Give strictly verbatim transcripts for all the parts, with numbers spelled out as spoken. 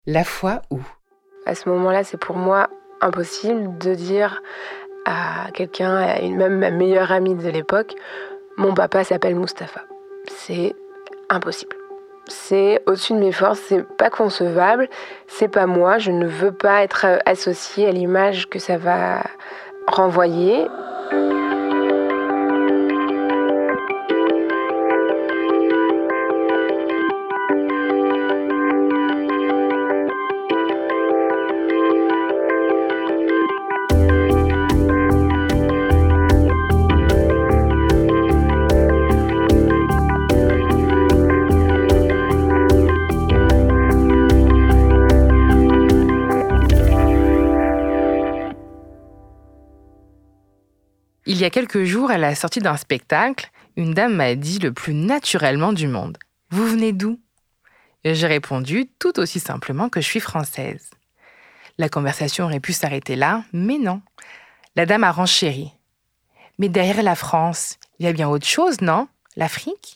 La foi où? À ce moment-là, c'est pour moi impossible de dire à quelqu'un, à une, même ma meilleure amie de l'époque, mon papa s'appelle Mustapha. C'est impossible. C'est au-dessus de mes forces, c'est pas concevable, c'est pas moi, je ne veux pas être associée à l'image que ça va renvoyer. Il y a quelques jours, à la sortie d'un spectacle, une dame m'a dit le plus naturellement du monde « Vous venez d'où ?» Et j'ai répondu tout aussi simplement que je suis française. La conversation aurait pu s'arrêter là, mais non. La dame a renchéri. « Mais derrière la France, il y a bien autre chose, non? L'Afrique ?»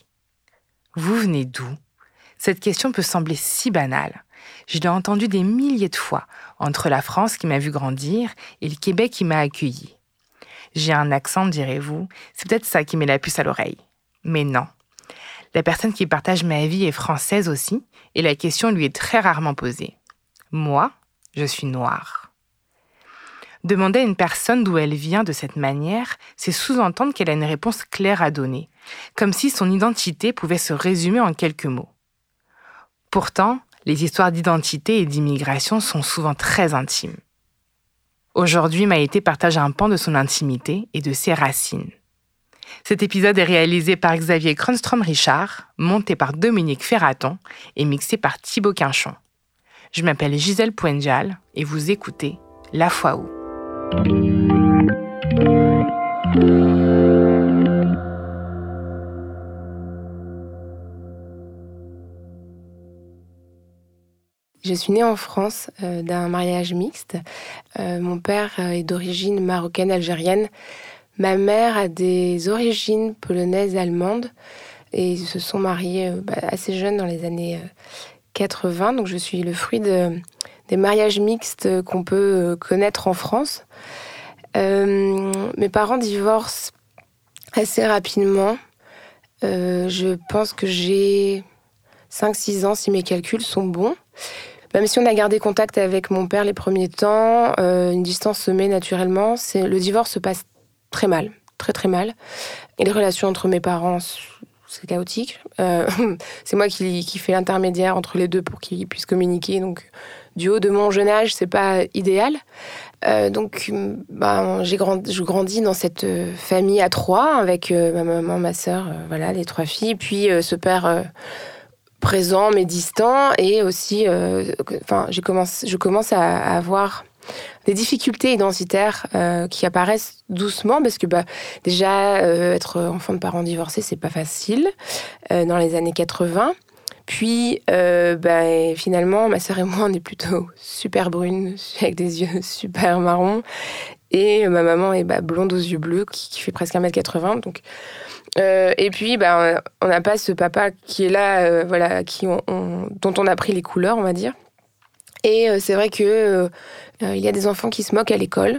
Vous venez d'où? Cette question peut sembler si banale. Je l'ai entendue des milliers de fois, entre la France qui m'a vu grandir et le Québec qui m'a accueilli. J'ai un accent, direz-vous, c'est peut-être ça qui met la puce à l'oreille. Mais non. La personne qui partage ma vie est française aussi, et la question lui est très rarement posée. Moi, je suis noire. Demander à une personne d'où elle vient de cette manière, c'est sous-entendre qu'elle a une réponse claire à donner, comme si son identité pouvait se résumer en quelques mots. Pourtant, les histoires d'identité et d'immigration sont souvent très intimes. Aujourd'hui, Maïté partage un pan de son intimité et de ses racines. Cet épisode est réalisé par Xavier Cronstrom-Richard, monté par Dominique Ferraton et mixé par Thibaut Quinchon. Je m'appelle Gisèle Pouendial et vous écoutez La foi où. Je suis née en France euh, d'un mariage mixte. Euh, mon père est d'origine marocaine-algérienne. Ma mère a des origines polonaises allemandes et ils se sont mariés euh, bah, assez jeunes dans les années euh, quatre-vingts. Donc je suis le fruit de, des mariages mixtes qu'on peut euh, connaître en France. Euh, mes parents divorcent assez rapidement. Euh, je pense que j'ai cinq six ans si mes calculs sont bons. Même si on a gardé contact avec mon père les premiers temps, euh, une distance se met naturellement. C'est, le divorce se passe très mal, très très mal. Et les relations entre mes parents, c'est chaotique. Euh, c'est moi qui, qui fais l'intermédiaire entre les deux pour qu'ils puissent communiquer. Donc, du haut de mon jeune âge, c'est pas idéal. Euh, donc, bah, j'ai grandi, je grandis dans cette famille à trois, avec euh, ma maman, ma sœur, euh, voilà, les trois filles. Puis euh, ce père... Euh, présent mais distant, et aussi euh, enfin j'ai commencé je commence à, à avoir des difficultés identitaires euh, qui apparaissent doucement parce que bah déjà euh, être enfant de parents divorcés, c'est pas facile euh, dans les années quatre-vingts. Puis euh, bah, finalement ma sœur et moi on est plutôt super brunes avec des yeux super marrons, et ma maman est bah, blonde aux yeux bleus qui, qui fait presque un mètre quatre-vingts, donc Euh, et puis, bah, on n'a pas ce papa qui est là, euh, voilà, qui on, on, dont on a pris les couleurs, on va dire. Et euh, c'est vrai que euh, il y a des enfants qui se moquent à l'école.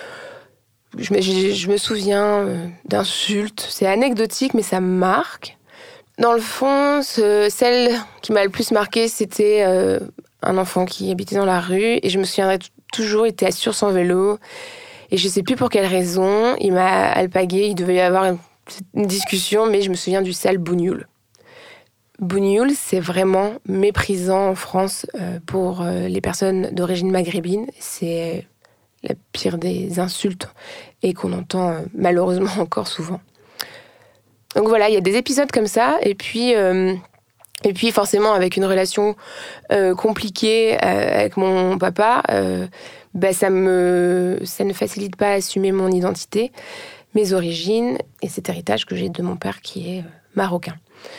Je me, je, je me souviens euh, d'insultes. C'est anecdotique, mais ça me marque. Dans le fond, ce, celle qui m'a le plus marquée, c'était euh, un enfant qui habitait dans la rue. Et je me souviendrai t- toujours, il était sur son vélo. Et je ne sais plus pour quelle raison, il m'a alpagué. Il devait y avoir une une discussion, mais je me souviens du sale bougnoul. Bougnoul, c'est vraiment méprisant en France euh, pour euh, les personnes d'origine maghrébine. C'est la pire des insultes et qu'on entend euh, malheureusement encore souvent. Donc voilà, il y a des épisodes comme ça, et puis, euh, et puis forcément avec une relation euh, compliquée euh, avec mon papa, euh, bah, ça, me, ça ne facilite pas à assumer mon identité, mes origines et cet héritage que j'ai de mon père qui est marocain.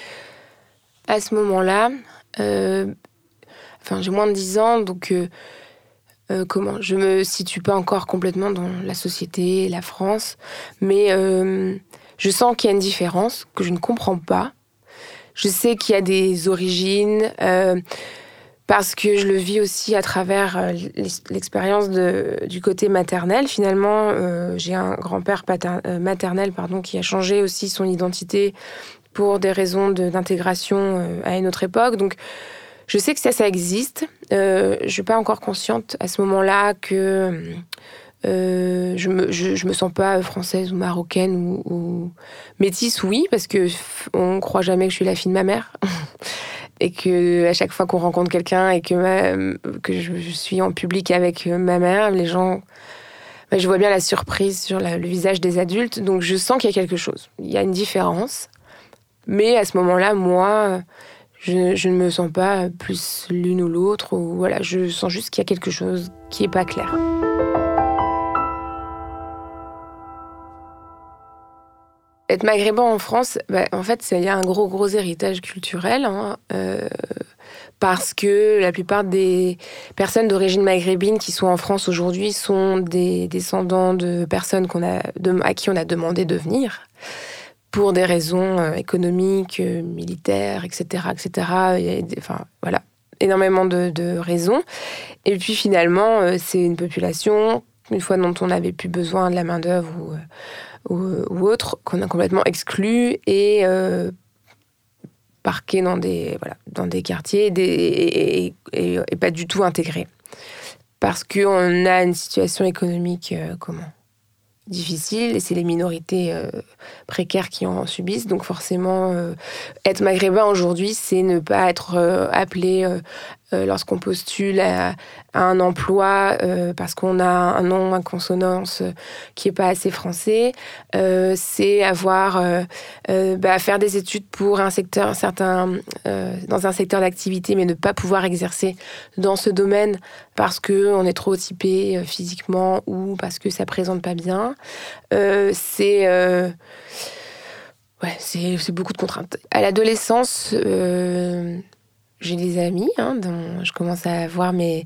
À ce moment-là, euh, enfin, j'ai moins de dix ans, donc euh, euh, comment, je me situe pas encore complètement dans la société, la France, mais euh, je sens qu'il y a une différence que je ne comprends pas. Je sais qu'il y a des origines, euh, parce que je le vis aussi à travers euh, l'expérience de, du côté maternel. Finalement, euh, j'ai un grand-père pater- euh, maternel pardon, qui a changé aussi son identité pour des raisons de, d'intégration euh, à une autre époque. Donc, je sais que ça, ça existe. Euh, je ne suis pas encore consciente à ce moment-là que euh, je ne me, je, je me sens pas française ou marocaine ou, ou métisse, oui, parce qu'on ne croit jamais que je suis la fille de ma mère. Et qu'à chaque fois qu'on rencontre quelqu'un et que, ma, que je, je suis en public avec ma mère, les gens... Ben, je vois bien la surprise sur la, le visage des adultes. Donc, je sens qu'il y a quelque chose. Il y a une différence. Mais à ce moment-là, moi, je, je ne me sens pas plus l'une ou l'autre. Ou, voilà, je sens juste qu'il y a quelque chose qui n'est pas clair. Être maghrébin en France, bah, en fait, il y a un gros, gros héritage culturel, hein, euh, parce que la plupart des personnes d'origine maghrébine qui sont en France aujourd'hui sont des descendants de personnes qu'on a, de, à qui on a demandé de venir, pour des raisons euh, économiques, euh, militaires, et cetera, et cetera. Il y a, enfin, voilà, énormément de, de raisons. Et puis finalement, euh, c'est une population, une fois dont on n'avait plus besoin de la main-d'œuvre ou... Euh, Ou, ou autres, qu'on a complètement exclus et euh, parqués dans des, voilà, dans des quartiers des, et, et, et, et pas du tout intégrés. Parce qu'on a une situation économique euh, comment difficile, et c'est les minorités euh, précaires qui en subissent. Donc forcément, euh, être maghrébin aujourd'hui, c'est ne pas être euh, appelé euh, euh, lorsqu'on postule à, à un emploi euh, parce qu'on a un nom à consonance euh, qui n'est pas assez français. Euh, c'est avoir euh, euh, bah, faire des études pour un secteur, un certain, euh, dans un secteur d'activité, mais ne pas pouvoir exercer dans ce domaine parce qu'on est trop typé euh, physiquement ou parce que ça ne présente pas bien. Euh, c'est, euh, ouais, c'est, c'est beaucoup de contraintes. À l'adolescence, euh, j'ai des amis, hein, dont je commence à voir mes,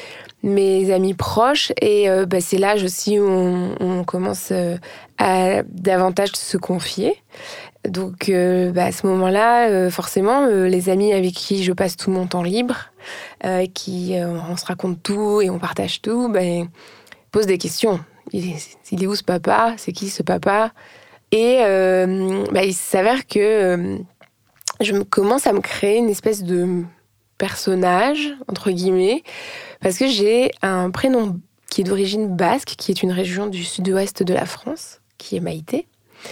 mes amis proches, et euh, bah, c'est l'âge aussi où on, on commence euh, à davantage se confier. Donc euh, bah, à ce moment-là, euh, forcément, euh, les amis avec qui je passe tout mon temps libre, euh, qui euh, on se raconte tout et on partage tout, bah, posent des questions. Il est, il est où ce papa ? C'est qui ce papa ? Et euh, bah, il s'avère que euh, je me, commence à me créer une espèce de personnage, entre guillemets, parce que j'ai un prénom qui est d'origine basque, qui est une région du sud-ouest de la France, qui est Maïté.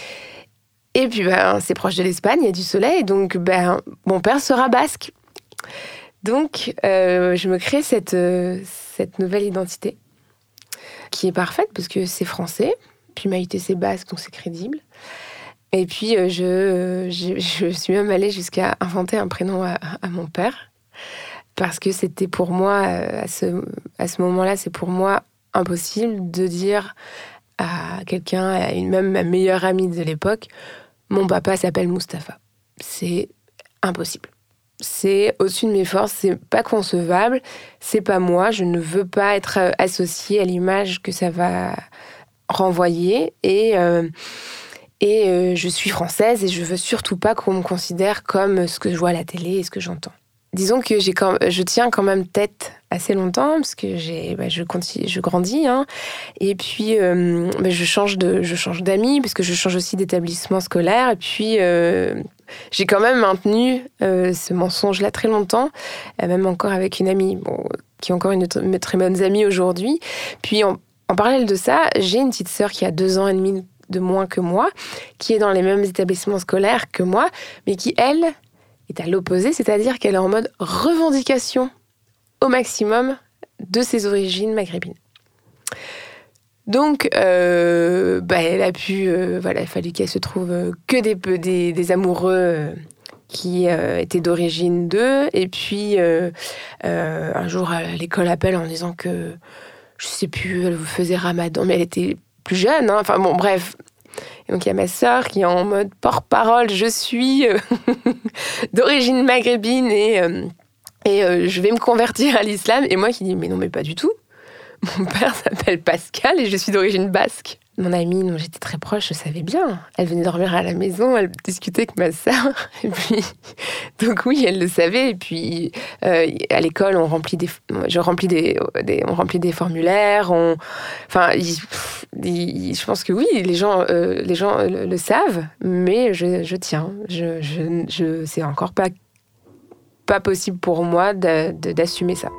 Et puis, ben, c'est proche de l'Espagne, il y a du soleil, donc ben, mon père sera basque. Donc, euh, je me crée cette, euh, cette nouvelle identité, qui est parfaite, parce que c'est français, puis Maïté, c'est basque, donc c'est crédible. Et puis, euh, je, je, je suis même allée jusqu'à inventer un prénom à, à mon père, parce que c'était pour moi, à ce, à ce moment-là, c'est pour moi impossible de dire à quelqu'un, à une, même ma meilleure amie de l'époque, mon papa s'appelle Mustapha. C'est impossible. C'est au-dessus de mes forces, c'est pas concevable, c'est pas moi, je ne veux pas être associée à l'image que ça va renvoyer, et, euh, et euh, je suis française et je veux surtout pas qu'on me considère comme ce que je vois à la télé et ce que j'entends. Disons que j'ai quand, je tiens quand même tête assez longtemps, parce que j'ai, bah, je, continue, je grandis, hein, et puis euh, bah, je, change de, je change d'amis, parce que je change aussi d'établissement scolaire, et puis euh, j'ai quand même maintenu euh, ce mensonge-là très longtemps, même encore avec une amie, bon, qui est encore une, une très bonne amie aujourd'hui. Puis en, en parallèle de ça, j'ai une petite sœur qui a deux ans et demi de moins que moi, qui est dans les mêmes établissements scolaires que moi, mais qui, elle, est à l'opposé, c'est-à-dire qu'elle est en mode revendication au maximum de ses origines maghrébines. Donc, euh, bah, elle a pu, euh, voilà, il a fallu qu'elle se trouve euh, que des, des, des amoureux euh, qui euh, étaient d'origine d'eux. Et puis, euh, euh, un jour, l'école appelle en disant que, je sais plus, elle faisait ramadan, mais elle était plus jeune, hein. Enfin bon, bref. Et donc, il y a ma sœur qui est en mode porte-parole, je suis euh, d'origine maghrébine et, euh, et euh, je vais me convertir à l'islam. Et moi qui dis, mais non, mais pas du tout. Mon père s'appelle Pascal et je suis d'origine basque. mon amie dont j'étais très proche, je savais bien. Elle venait dormir à la maison, elle discutait avec ma sœur. Et puis, donc oui, elle le savait. Et puis, euh, à l'école, on remplit des, je remplis des, des, on remplit des formulaires. On, enfin, il, il, je pense que oui, les gens, euh, les gens le, le savent. Mais je, je tiens. Je, je, je, c'est encore pas, pas possible pour moi de, de, d'assumer ça.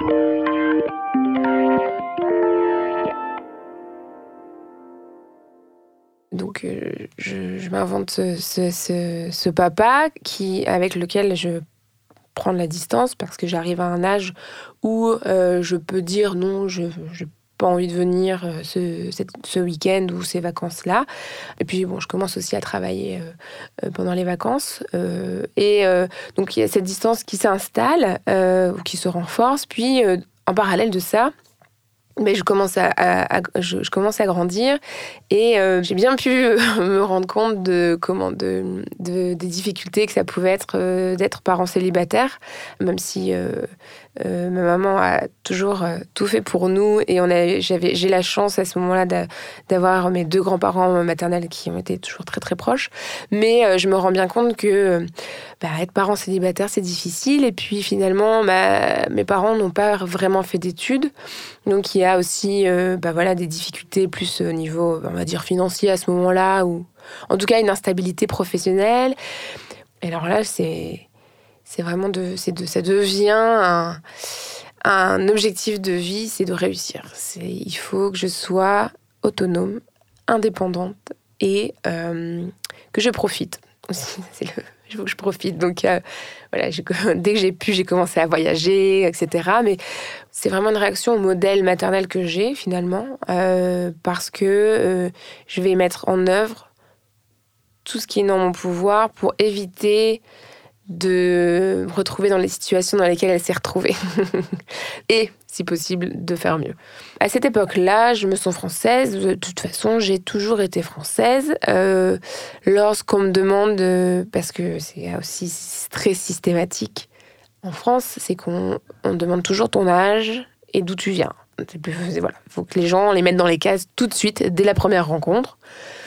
Donc, euh, je, je m'invente ce, ce, ce, ce papa qui, avec lequel je prends de la distance parce que j'arrive à un âge où euh, je peux dire non, je n'ai pas envie de venir ce, cette, ce week-end ou ces vacances-là. Et puis, bon, je commence aussi à travailler euh, pendant les vacances. Euh, et euh, donc, il y a cette distance qui s'installe euh, ou qui se renforce. Puis, euh, en parallèle de ça, mais je commence à, à, à je, je commence à grandir et euh, j'ai bien pu me rendre compte de comment de, de des difficultés que ça pouvait être euh, d'être parent célibataire, même si euh, euh, ma maman a toujours euh, tout fait pour nous et on a j'avais j'ai la chance à ce moment-là d'a, d'avoir mes deux grands-parents maternels qui ont été toujours très très proches, mais euh, je me rends bien compte que bah, être parent célibataire c'est difficile et puis finalement ma, mes parents n'ont pas vraiment fait d'études. Donc, il y a aussi euh, bah voilà, des difficultés plus au niveau, on va dire, financier à ce moment-là, ou en tout cas une instabilité professionnelle. Et alors là, c'est, c'est vraiment de, c'est de, ça devient un, un objectif de vie, c'est de réussir. C'est, il faut que je sois autonome, indépendante et euh, que je profite aussi. C'est le, il faut que je profite. Donc, euh, voilà, j'ai, dès que j'ai pu, j'ai commencé à voyager, et cetera. Mais c'est vraiment une réaction au modèle maternel que j'ai, finalement, euh, parce que euh, je vais mettre en œuvre tout ce qui est dans mon pouvoir pour éviter de me retrouver dans les situations dans lesquelles elle s'est retrouvée. Et, si possible, de faire mieux. À cette époque-là, je me sens française. De toute façon, j'ai toujours été française. Euh, lorsqu'on me demande, euh, parce que c'est aussi très systématique en France, c'est qu'on on demande toujours ton âge et d'où tu viens. C'est plus, c'est, voilà, faut que les gens les mettent dans les cases tout de suite, dès la première rencontre.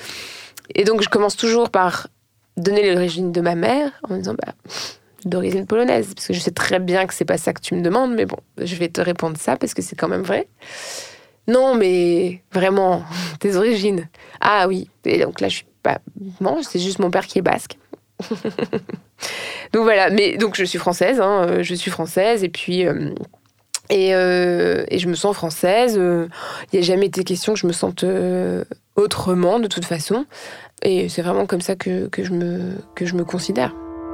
Et donc, je commence toujours par donner l'origine de ma mère en me disant bah, d'origine polonaise, parce que je sais très bien que c'est pas ça que tu me demandes, mais bon, je vais te répondre ça parce que c'est quand même vrai. Non, mais vraiment, tes origines. Ah oui, et donc là, je suis pas. Non, c'est juste mon père qui est basque. Donc voilà, mais donc je suis française, hein, je suis française, et puis. Euh, Et, euh, et je me sens française. Il euh, n'y a jamais été question que je me sente euh, autrement, de toute façon. Et c'est vraiment comme ça que, que, je, me, que je me considère.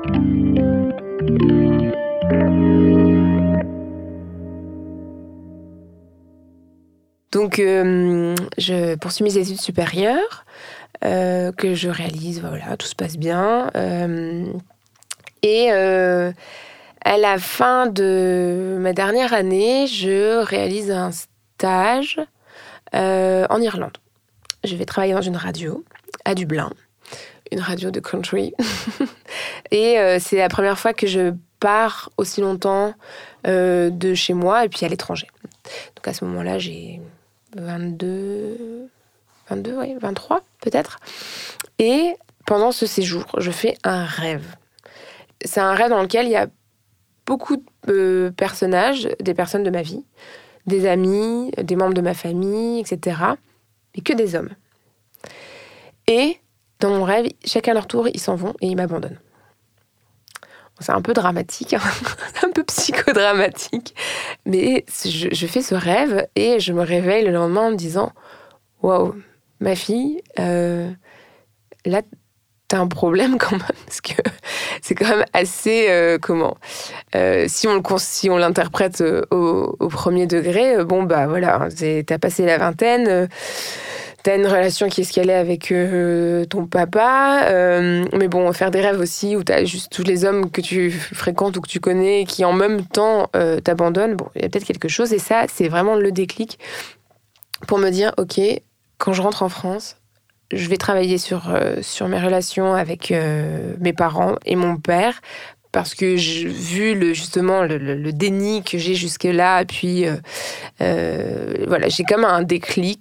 Donc, euh, je poursuis mes études supérieures, euh, que je réalise, voilà, tout se passe bien. Euh, et... Euh, À la fin de ma dernière année, je réalise un stage euh, en Irlande. Je vais travailler dans une radio à Dublin, une radio de country. Et euh, c'est la première fois que je pars aussi longtemps euh, de chez moi et puis à l'étranger. Donc à ce moment-là, j'ai vingt-deux, vingt-deux, oui, vingt-trois peut-être. Et pendant ce séjour, je fais un rêve. C'est un rêve dans lequel il y a beaucoup de euh, personnages, des personnes de ma vie, des amis, des membres de ma famille, et cetera. Mais que des hommes. Et dans mon rêve, chacun à leur tour, ils s'en vont et ils m'abandonnent. C'est un peu dramatique, hein, un peu psychodramatique. Mais je, je fais ce rêve et je me réveille le lendemain en me disant « Waouh, ma fille, euh, là, t'as un problème quand même. » Parce que c'est quand même assez... Euh, comment euh, si, on le, si on l'interprète au, au premier degré, euh, bon, bah voilà, c'est, t'as passé la vingtaine... Euh, T'as une relation qui est escalée avec euh, ton papa, euh, mais bon, faire des rêves aussi où t'as juste tous les hommes que tu fréquentes ou que tu connais qui en même temps euh, t'abandonnent, bon, il y a peut-être quelque chose. Et ça, c'est vraiment le déclic pour me dire, ok, quand je rentre en France, je vais travailler sur, euh, sur mes relations avec euh, mes parents et mon père, parce que j'ai vu le, justement le, le, le déni que j'ai jusque-là, puis euh, euh, voilà, j'ai comme un déclic.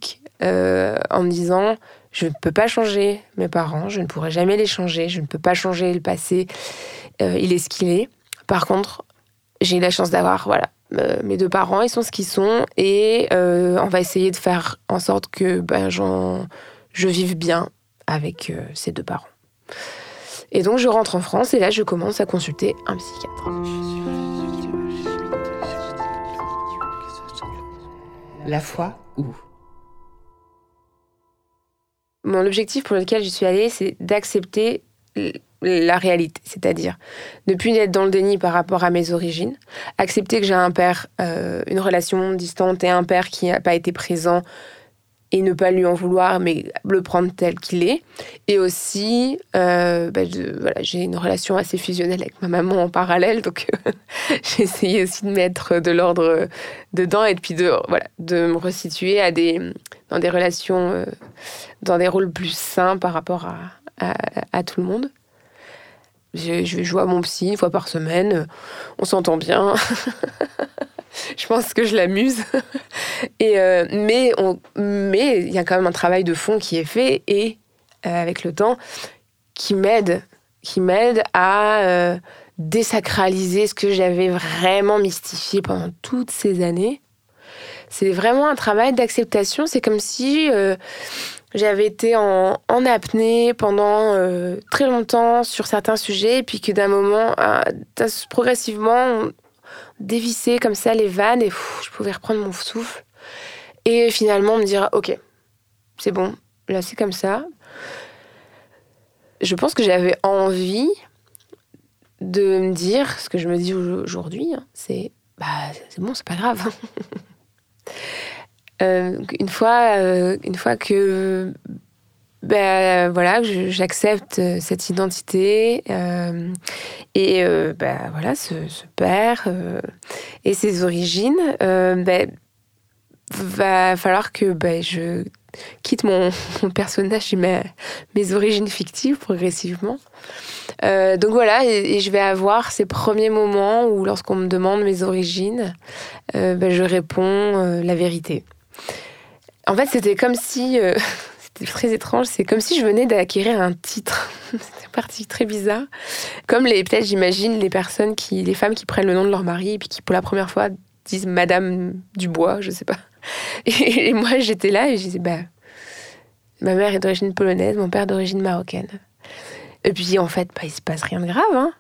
euh, en me disant je ne peux pas changer mes parents, je ne pourrai jamais les changer, je ne peux pas changer le passé, euh, il est ce qu'il est. Par contre, j'ai eu la chance d'avoir voilà, euh, mes deux parents, ils sont ce qu'ils sont, et euh, on va essayer de faire en sorte que ben, j'en, je vive bien avec euh, ces deux parents. Et donc je rentre en France et là je commence à consulter un psychiatre. La foi où? Mon objectif pour lequel je suis allée, c'est d'accepter la réalité, c'est-à-dire ne plus être dans le déni par rapport à mes origines, accepter que j'ai un père, euh, une relation distante et un père qui n'a pas été présent et ne pas lui en vouloir, mais le prendre tel qu'il est. Et aussi, euh, bah, je, voilà, j'ai une relation assez fusionnelle avec ma maman en parallèle, donc euh, j'ai essayé aussi de mettre de l'ordre dedans et puis de, voilà, de me resituer à des, dans des relations, euh, dans des rôles plus sains par rapport à, à, à tout le monde. Je, je vais jouer à mon psy une fois par semaine, on s'entend bien. Je pense que je l'amuse. Et euh, mais on, mais il y a quand même un travail de fond qui est fait et euh, avec le temps qui m'aide, qui m'aide à euh, désacraliser ce que j'avais vraiment mystifié pendant toutes ces années. C'est vraiment un travail d'acceptation. C'est comme si euh, j'avais été en, en apnée pendant euh, très longtemps sur certains sujets et puis que d'un moment, euh, progressivement, on dévisser comme ça les vannes et pff, je pouvais reprendre mon souffle et finalement me dire ok, c'est bon, là c'est comme ça. Je pense que j'avais envie de me dire ce que je me dis aujourd'hui, hein, c'est bah c'est bon, c'est pas grave. euh, une fois euh, une fois que ben voilà, j'accepte cette identité euh, et euh, ben voilà ce, ce père euh, et ses origines. Euh, ben, va falloir que ben je quitte mon, mon personnage et ma, mes origines fictives progressivement. Euh, donc voilà, et, et je vais avoir ces premiers moments où lorsqu'on me demande mes origines, euh, ben je réponds euh, la vérité. En fait, c'était comme si euh, c'était très étrange. C'est comme si je venais d'acquérir un titre. C'était parti très bizarre. Comme les, peut-être, j'imagine, les personnes qui, les femmes qui prennent le nom de leur mari et puis qui, pour la première fois, disent Madame Dubois, je sais pas. Et, et moi, j'étais là et je disais, bah, ma mère est d'origine polonaise, mon père d'origine marocaine. Et puis, en fait, bah, il se passe rien de grave, hein.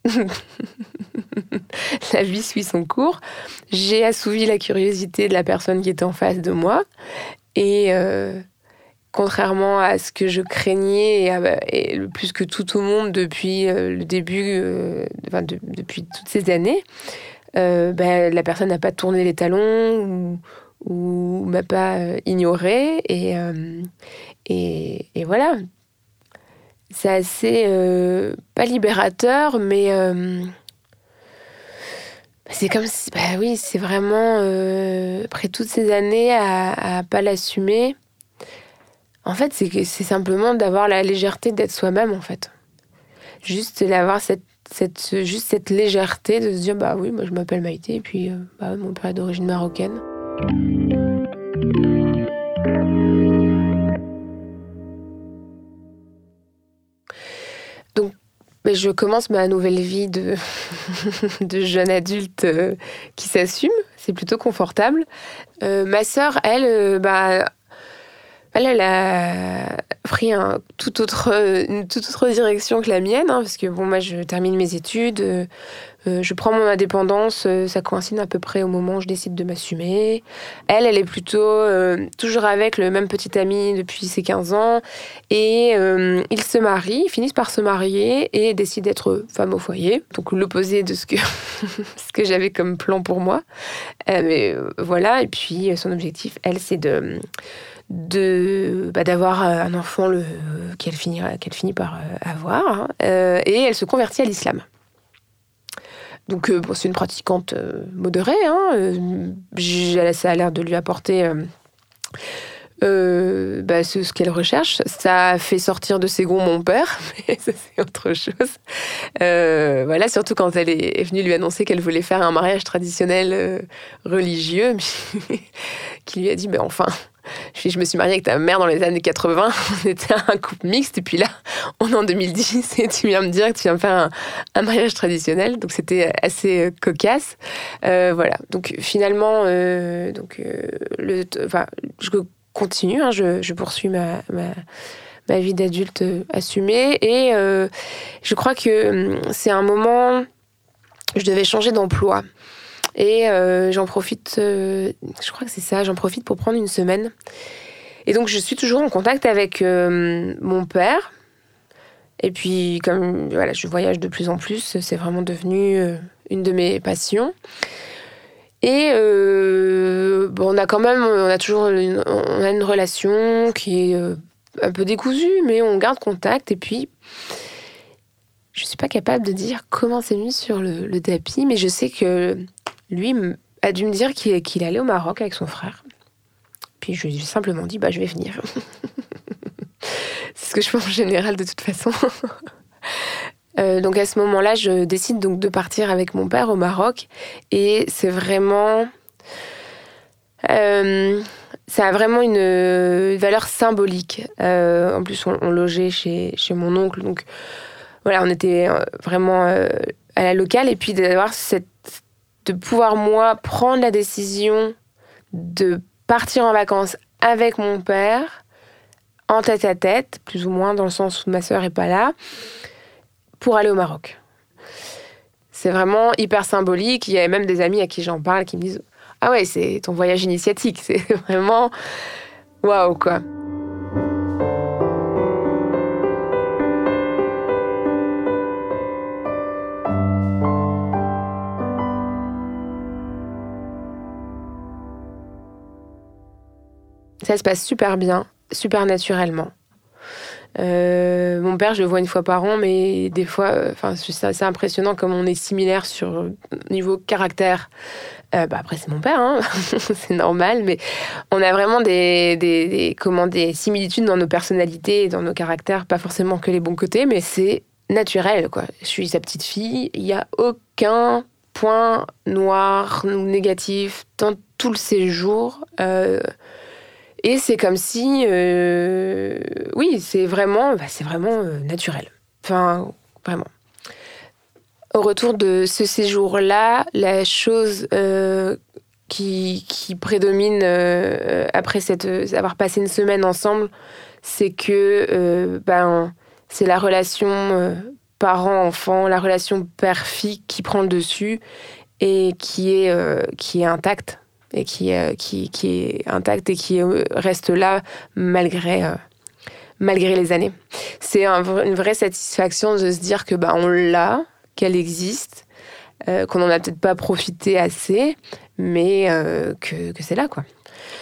La vie suit son cours. J'ai assouvi la curiosité de la personne qui était en face de moi. Et euh, contrairement à ce que je craignais, et, et le plus que tout au monde depuis euh, le début, euh, enfin, de, depuis toutes ces années, euh, ben, la personne n'a pas tourné les talons ou, ou m'a pas euh, ignoré. Et, euh, et, et voilà. C'est assez, euh, pas libérateur, mais euh, c'est comme si, bah oui, c'est vraiment, euh, après toutes ces années à, à pas l'assumer, en fait, c'est, c'est simplement d'avoir la légèreté d'être soi-même, en fait. Juste d'avoir cette, cette, juste cette légèreté de se dire, bah oui, moi je m'appelle Maïté, et puis euh, bah, mon père est d'origine marocaine. Donc, je commence ma nouvelle vie de, de jeune adulte euh, qui s'assume. C'est plutôt confortable. Euh, ma sœur, elle, euh, bah, elle, elle a pris un tout autre, une toute autre direction que la mienne, hein, parce que bon, moi, je termine mes études, euh, euh, je prends mon indépendance, euh, ça coïncide à peu près au moment où je décide de m'assumer. Elle, elle est plutôt euh, toujours avec le même petit ami depuis ses quinze ans, et euh, ils se marient, ils finissent par se marier et décident d'être femme au foyer, donc l'opposé de ce que, ce que j'avais comme plan pour moi. Euh, mais euh, voilà, et puis son objectif, elle, c'est de... De, bah, d'avoir un enfant le, qu'elle, finit, qu'elle finit par avoir, hein, euh, et elle se convertit à l'islam. Donc euh, bon, c'est une pratiquante euh, modérée, hein, euh, ça a l'air de lui apporter euh, euh, bah, ce, ce qu'elle recherche. Ça a fait sortir de ses gonds mon père, mais ça c'est autre chose. Euh, voilà, surtout quand elle est, est venue lui annoncer qu'elle voulait faire un mariage traditionnel euh, religieux, qui lui a dit, mais enfin... Je Puis je me suis mariée avec ta mère dans les années quatre-vingts. On était un couple mixte. Et puis là, on est en deux mille dix et tu viens me dire que tu viens me faire un, un mariage traditionnel. Donc c'était assez cocasse. Euh, voilà. Donc finalement, euh, donc, euh, le, enfin, je continue. Hein, je, je poursuis ma, ma, ma vie d'adulte assumée. Et euh, je crois que c'est un moment... Je devais changer d'emploi. Et euh, j'en profite, euh, je crois que c'est ça, j'en profite pour prendre une semaine. Et donc, je suis toujours en contact avec euh, mon père. Et puis, comme voilà, je voyage de plus en plus, c'est vraiment devenu euh, une de mes passions. Et euh, bon, on a quand même, on a toujours une, on a une relation qui est euh, un peu décousue, mais on garde contact. Et puis, je ne suis pas capable de dire comment c'est mis sur le, le tapis, mais je sais que lui a dû me dire qu'il, qu'il allait au Maroc avec son frère. Puis je lui ai simplement dit, bah, je vais venir. C'est ce que je fais en général de toute façon. euh, donc à ce moment-là, je décide donc de partir avec mon père au Maroc. Et c'est vraiment... Euh, ça a vraiment une, une valeur symbolique. Euh, en plus, on, on logeait chez, chez mon oncle. Donc voilà, on était vraiment euh, à la locale. Et puis d'avoir cette... de pouvoir, moi, prendre la décision de partir en vacances avec mon père, en tête-à-tête, plus ou moins, dans le sens où ma sœur n'est pas là, pour aller au Maroc. C'est vraiment hyper symbolique. Il y a même des amis à qui j'en parle qui me disent « Ah ouais, c'est ton voyage initiatique. » C'est vraiment... Waouh, quoi. Ça se passe super bien, super naturellement. Euh, mon père, je le vois une fois par an, mais des fois, enfin, c'est assez impressionnant comme on est similaires sur niveau caractère. Euh, bah après, c'est mon père, hein. C'est normal, mais on a vraiment des, des, des, comment, des similitudes dans nos personnalités et dans nos caractères, pas forcément que les bons côtés, mais c'est naturel, quoi. Je suis sa petite fille, il n'y a aucun point noir ou négatif dans tout le séjour. Euh, Et c'est comme si, euh, oui, c'est vraiment, bah, c'est vraiment euh, naturel. Enfin, vraiment. Au retour de ce séjour-là, la chose euh, qui, qui prédomine euh, après cette, avoir passé une semaine ensemble, c'est que euh, ben, c'est la relation euh, parent-enfant, la relation père-fille qui prend le dessus et qui est, euh, qui est intacte. Et qui, euh, qui, qui est intacte et qui reste là malgré, euh, malgré les années. C'est un, une vraie satisfaction de se dire que bah, on l'a, qu'elle existe, euh, qu'on n'en a peut-être pas profité assez, mais euh, que, que c'est là, quoi.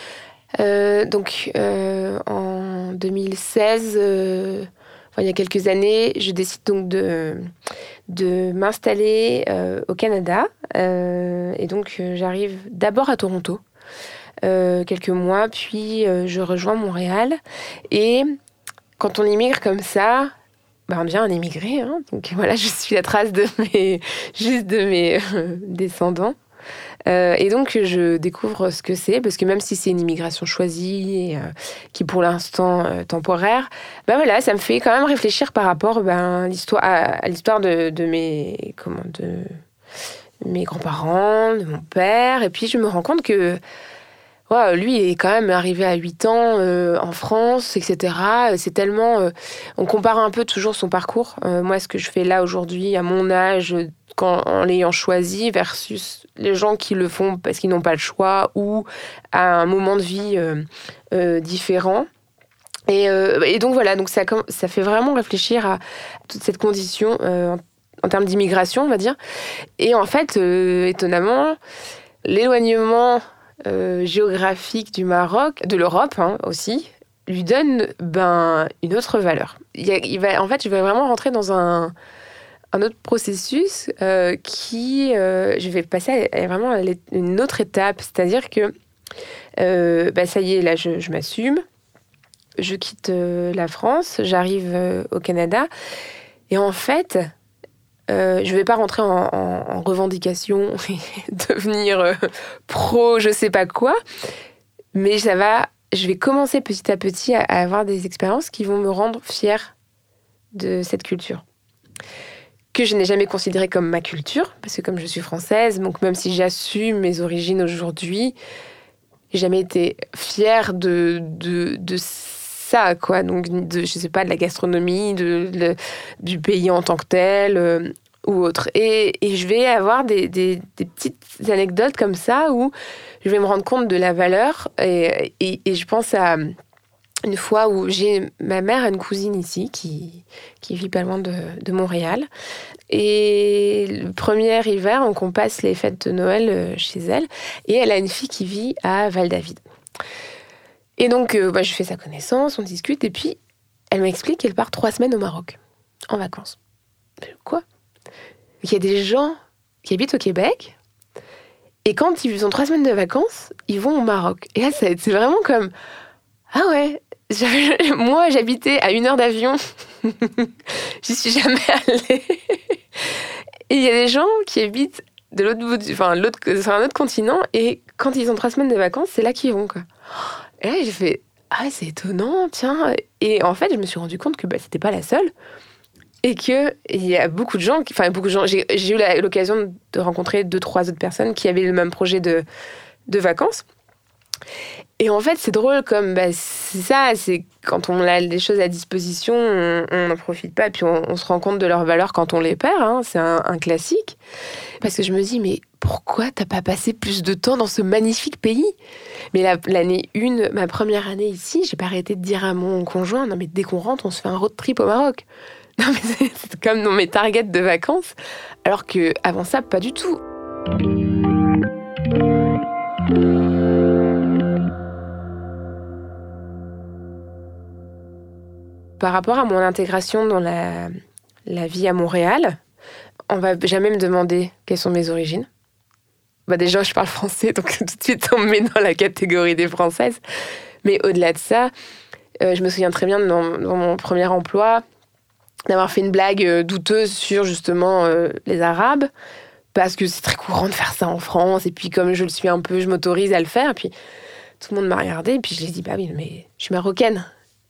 Euh, donc, euh, en deux mille seize, euh, enfin, il y a quelques années, je décide donc de... de m'installer euh, au Canada. Euh, et donc, euh, j'arrive d'abord à Toronto, euh, quelques mois, puis euh, je rejoins Montréal. Et quand on immigre comme ça, bah, on devient un immigré. Hein. Donc voilà, je suis la trace de mes, juste de mes euh, descendants. Euh, et donc, je découvre ce que c'est, parce que même si c'est une immigration choisie, et, euh, qui pour l'instant euh, temporaire, ben voilà, ça me fait quand même réfléchir par rapport ben, l'histoire, à, à l'histoire de, de, mes, comment, de mes grands-parents, de mon père. Et puis, je me rends compte que wow, lui, il est quand même arrivé à huit ans euh, en France, et cetera. C'est tellement... Euh, on compare un peu toujours son parcours. Euh, moi, ce que je fais là aujourd'hui, à mon âge, quand, en l'ayant choisi, versus les gens qui le font parce qu'ils n'ont pas le choix ou à un moment de vie euh, euh, différent. Et, euh, et donc voilà, donc ça, ça fait vraiment réfléchir à toute cette condition euh, en, en termes d'immigration, on va dire. Et en fait, euh, étonnamment, l'éloignement euh, géographique du Maroc, de l'Europe hein, aussi, lui donne ben, une autre valeur. Il y a, il va, en fait, je vais vraiment rentrer dans un... un autre processus euh, qui... Euh, je vais passer à, à vraiment à une autre étape. C'est-à-dire que, euh, bah, ça y est, là, je, je m'assume. Je quitte euh, la France. J'arrive euh, au Canada. Et en fait, euh, je ne vais pas rentrer en, en, en revendication et devenir euh, pro je sais pas quoi. Mais ça va je vais commencer petit à petit à, à avoir des expériences qui vont me rendre fière de cette culture. Que je n'ai jamais considérée comme ma culture, parce que comme je suis française, donc même si j'assume mes origines aujourd'hui, j'ai jamais été fière de, de, de ça, quoi. Donc, de, je sais pas, de la gastronomie, de, de, du pays en tant que tel, euh, ou autre. Et, et je vais avoir des, des, des petites anecdotes comme ça où je vais me rendre compte de la valeur. Et, et, et je pense à une fois où j'ai ma mère a une cousine ici qui, qui vit pas loin de, de Montréal. Et le premier hiver, donc on passe les fêtes de Noël chez elle. Et elle a une fille qui vit à Val-David. Et donc, euh, bah, je fais sa connaissance, on discute. Et puis, elle m'explique qu'elle part trois semaines au Maroc, en vacances. Quoi ? Il y a des gens qui habitent au Québec. Et quand ils ont trois semaines de vacances, ils vont au Maroc. Et là, c'est vraiment comme... Ah ouais, j'avais, moi j'habitais à une heure d'avion, j'y suis jamais allée. Et il y a des gens qui habitent de l'autre bout du, enfin, l'autre, sur un autre continent, et quand ils ont trois semaines de vacances, c'est là qu'ils vont, quoi. Et là j'ai fait, ah c'est étonnant, tiens. Et en fait, je me suis rendu compte que bah, c'était pas la seule, et que il y a beaucoup de gens, enfin beaucoup de gens, j'ai, j'ai eu la, l'occasion de rencontrer deux, trois autres personnes qui avaient le même projet de, de vacances. Et en fait, c'est drôle comme bah, c'est ça, c'est quand on a des choses à disposition, on n'en profite pas, et puis on, on se rend compte de leur valeur quand on les perd, hein, c'est un, un classique. Parce que je me dis, mais pourquoi t'as pas passé plus de temps dans ce magnifique pays ? Mais la, l'année une, ma première année ici, j'ai pas arrêté de dire à mon conjoint, non mais dès qu'on rentre, on se fait un road trip au Maroc. Non mais c'est, c'est comme dans mes targets de vacances, alors que avant ça, pas du tout. Par rapport à mon intégration dans la, la vie à Montréal, on va jamais me demander quelles sont mes origines. Bah déjà, je parle français, donc tout de suite, on me met dans la catégorie des Françaises. Mais au-delà de ça, euh, je me souviens très bien dans, dans mon premier emploi d'avoir fait une blague euh, douteuse sur justement euh, les Arabes, parce que c'est très courant de faire ça en France. Et puis comme je le suis un peu, je m'autorise à le faire. Et puis tout le monde m'a regardée, et puis je lui ai dit, bah oui, mais je suis marocaine.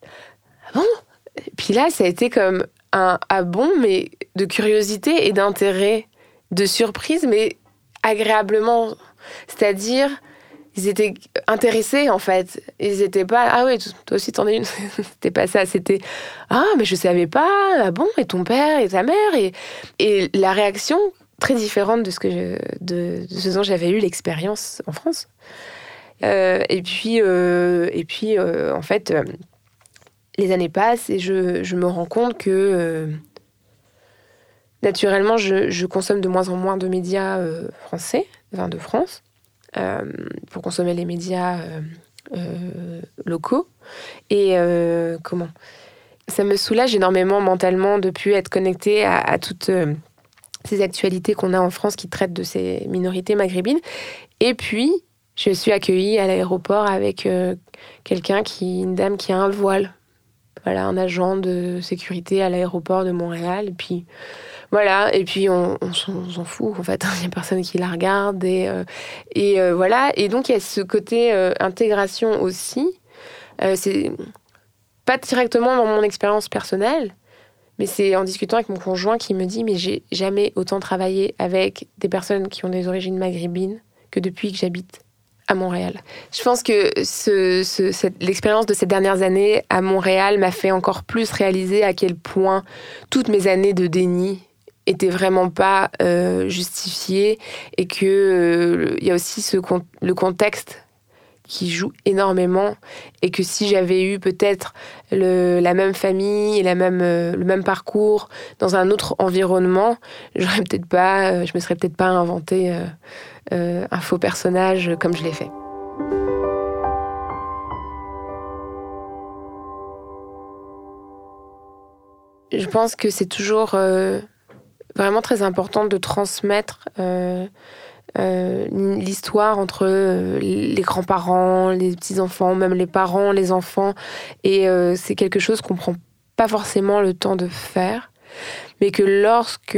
Ah bon ? Et puis là, ça a été comme un ah bon, mais de curiosité et d'intérêt, de surprise, mais agréablement. C'est-à-dire, ils étaient intéressés, en fait. Ils étaient pas, ah oui, toi aussi t'en es une. C'était pas ça, c'était, ah, mais je savais pas, ah bon, et ton père, et ta mère, et, et la réaction, très différente de ce, que je, de, de ce dont j'avais eu l'expérience en France. Euh, et puis, euh, et puis euh, en fait... Euh, les années passent et je, je me rends compte que euh, naturellement, je, je consomme de moins en moins de médias euh, français, enfin de France, euh, pour consommer les médias euh, euh, locaux. Et euh, comment ? Ça me soulage énormément mentalement de ne plus être connectée à, à toutes euh, ces actualités qu'on a en France qui traitent de ces minorités maghrébines. Et puis, je suis accueillie à l'aéroport avec euh, quelqu'un qui, une dame qui a un voile. Voilà, un agent de sécurité à l'aéroport de Montréal. Et puis, voilà. Et puis, on, on, s'en, on s'en fout, en fait. Il n'y a personne qui la regarde. Et, euh, et euh, voilà. Et donc, il y a ce côté euh, intégration aussi. Euh, c'est pas directement dans mon expérience personnelle, mais c'est en discutant avec mon conjoint qui me dit « Mais j'ai jamais autant travaillé avec des personnes qui ont des origines maghrébines que depuis que j'habite à Montréal. » Je pense que ce, ce, cette, l'expérience de ces dernières années à Montréal m'a fait encore plus réaliser à quel point toutes mes années de déni étaient vraiment pas euh, justifiées et que euh, il y a aussi ce, le contexte qui joue énormément et que si j'avais eu peut-être le, la même famille et la même, euh, le même parcours dans un autre environnement, j'aurais peut-être pas, euh, je me serais peut-être pas inventé euh, euh, un faux personnage comme je l'ai fait. Je pense que c'est toujours euh, vraiment très important de transmettre euh, Euh, l'histoire entre euh, les grands-parents, les petits-enfants, même les parents, les enfants. Et euh, c'est quelque chose qu'on prend pas forcément le temps de faire. Mais que lorsque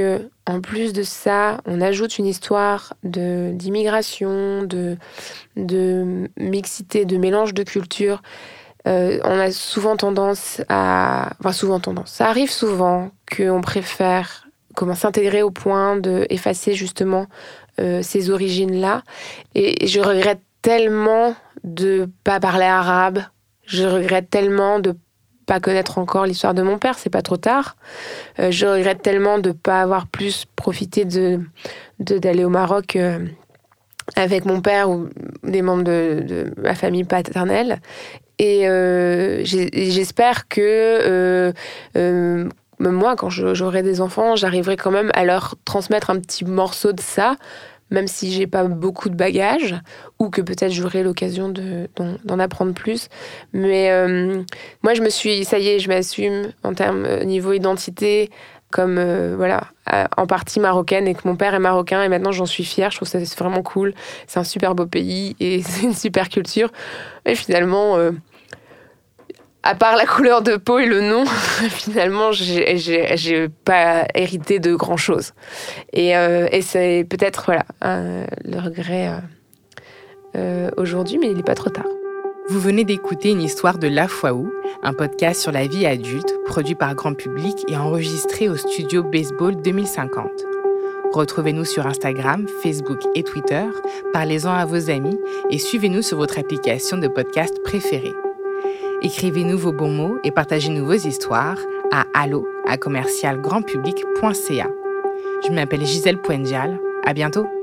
en plus de ça, on ajoute une histoire de, d'immigration, de, de mixité, de mélange de cultures, euh, on a souvent tendance à... Enfin, souvent tendance. Ça arrive souvent qu'on préfère comment s'intégrer au point d'effacer justement euh, ces origines-là. Et je regrette tellement de pas parler arabe. Je regrette tellement de pas connaître encore l'histoire de mon père, c'est pas trop tard. Euh, je regrette tellement de pas avoir plus profité de, de d'aller au Maroc euh, avec mon père ou des membres de, de ma famille paternelle. Et euh, j'ai, j'espère que euh, euh, moi, quand je, j'aurai des enfants, j'arriverai quand même à leur transmettre un petit morceau de ça, même si j'ai pas beaucoup de bagages, ou que peut-être j'aurai l'occasion de, d'en, d'en apprendre plus. Mais euh, moi, je me suis, ça y est, je m'assume en termes euh, niveau identité, comme euh, voilà, en partie marocaine, et que mon père est marocain, et maintenant j'en suis fière. Je trouve ça c'est vraiment cool. C'est un super beau pays et c'est une super culture. Et finalement, euh, à part la couleur de peau et le nom, finalement, j'ai, j'ai, j'ai pas hérité de grand-chose. Et, euh, et c'est peut-être voilà, euh, le regret euh, euh, aujourd'hui, mais il n'est pas trop tard. Vous venez d'écouter une histoire de La Foiou, un podcast sur la vie adulte, produit par grand public et enregistré au studio Baseball deux mille cinquante. Retrouvez-nous sur Instagram, Facebook et Twitter, parlez-en à vos amis et suivez-nous sur votre application de podcast préférée. Écrivez-nous vos bons mots et partagez-nous vos histoires à allo à commercial grand public point c a. Je m'appelle Gisèle Poendial. À bientôt!